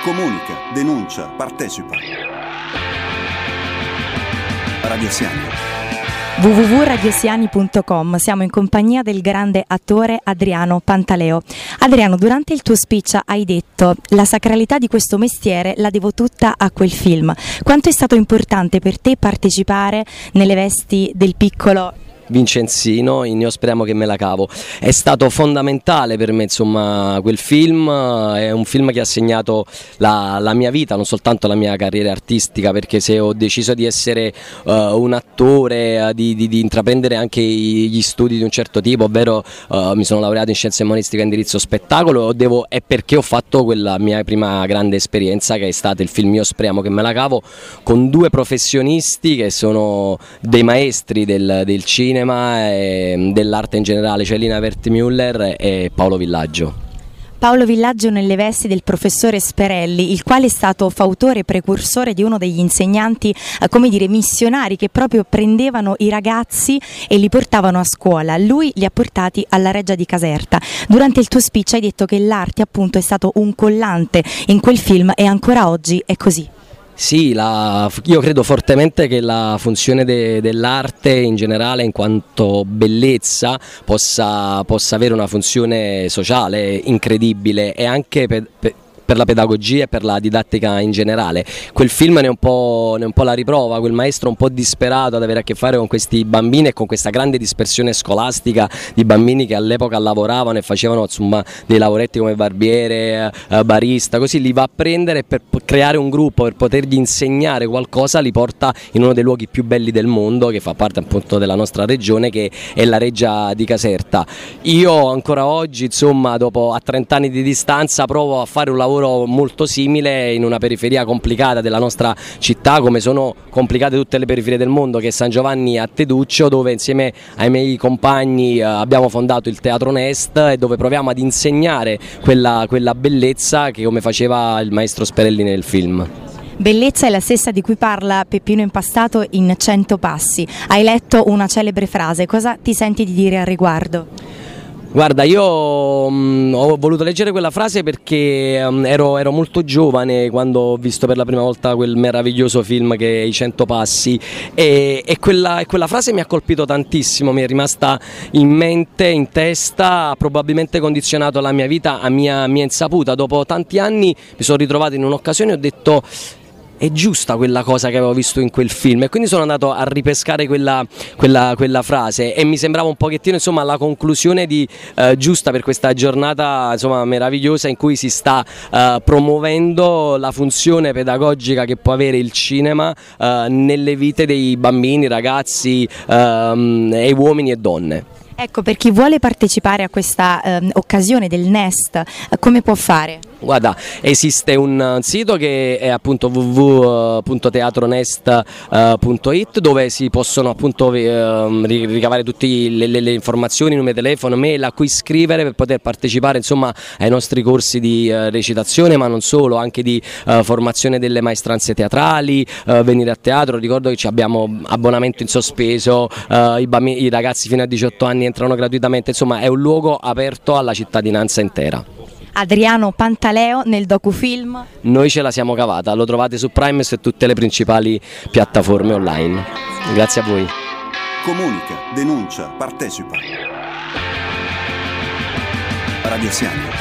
Comunica, denuncia, partecipa. Radio Siani. www.radiosiani.com. Siamo in compagnia del grande attore Adriano Pantaleo. Adriano, durante il tuo speech hai detto: la sacralità di questo mestiere la devo tutta a quel film. Quanto è stato importante per te partecipare nelle vesti del piccolo Vincenzino in Io speriamo che me la cavo? È stato fondamentale per me, insomma, quel film è un film che ha segnato la mia vita, non soltanto la mia carriera artistica, perché se ho deciso di essere un attore, di intraprendere anche gli studi di un certo tipo, ovvero mi sono laureato in scienze umanistiche e indirizzo spettacolo, è perché ho fatto quella mia prima grande esperienza, che è stata il film Io speriamo che me la cavo, con due professionisti che sono dei maestri del cinema e dell'arte in generale, cioè Lina Wertmüller e Paolo Villaggio. Paolo Villaggio nelle vesti del professore Sperelli, il quale è stato fautore e precursore di uno degli insegnanti, come dire, missionari, che proprio prendevano i ragazzi e li portavano a scuola. Lui li ha portati alla Reggia di Caserta. Durante il tuo speech hai detto che l'arte appunto è stato un collante in quel film e ancora oggi è così. Sì, io credo fortemente che la funzione dell'arte in generale, in quanto bellezza, possa avere una funzione sociale incredibile, e anche per la pedagogia e per la didattica in generale. Quel film ne è un po' la riprova, quel maestro un po' disperato ad avere a che fare con questi bambini e con questa grande dispersione scolastica di bambini che all'epoca lavoravano e facevano, insomma, dei lavoretti come barbiere, barista, così li va a prendere e per creare un gruppo, per potergli insegnare qualcosa, li porta in uno dei luoghi più belli del mondo, che fa parte appunto della nostra regione, che è la Reggia di Caserta. Io ancora oggi, insomma, a 30 anni di distanza, provo a fare un lavoro molto simile in una periferia complicata della nostra città, come sono complicate tutte le periferie del mondo, che è San Giovanni a Teduccio, dove insieme ai miei compagni abbiamo fondato il Teatro Nest, e dove proviamo ad insegnare quella bellezza che come faceva il maestro Sperelli nel film. Bellezza è la stessa di cui parla Peppino Impastato in 100 passi. Hai letto una celebre frase, cosa ti senti di dire al riguardo? Guarda, io ho voluto leggere quella frase perché ero molto giovane quando ho visto per la prima volta quel meraviglioso film che è I 100 passi, e quella frase mi ha colpito tantissimo, mi è rimasta in mente, in testa, ha probabilmente condizionato la mia vita a mia insaputa. Dopo tanti anni mi sono ritrovato in un'occasione e ho detto: è giusta quella cosa che avevo visto in quel film, e quindi sono andato a ripescare quella frase, e mi sembrava un pochettino, insomma, la conclusione giusta per questa giornata, insomma, meravigliosa, in cui si sta promuovendo la funzione pedagogica che può avere il cinema nelle vite dei bambini, ragazzi, e uomini e donne. Ecco, per chi vuole partecipare a questa occasione del Nest, come può fare? Guarda, esiste un sito che è appunto www.teatronest.it, dove si possono appunto ricavare tutte le informazioni, numero di telefono, mail a cui scrivere per poter partecipare, insomma, ai nostri corsi di recitazione, ma non solo, anche di formazione delle maestranze teatrali, venire a teatro. Ricordo che abbiamo abbonamento in sospeso, i ragazzi fino a 18 anni entrano gratuitamente, insomma è un luogo aperto alla cittadinanza intera. Adriano Pantaleo nel docufilm Noi ce la siamo cavata, lo trovate su Prime e su tutte le principali piattaforme online. Grazie a voi. Comunica, denuncia, partecipa. Radio Siani.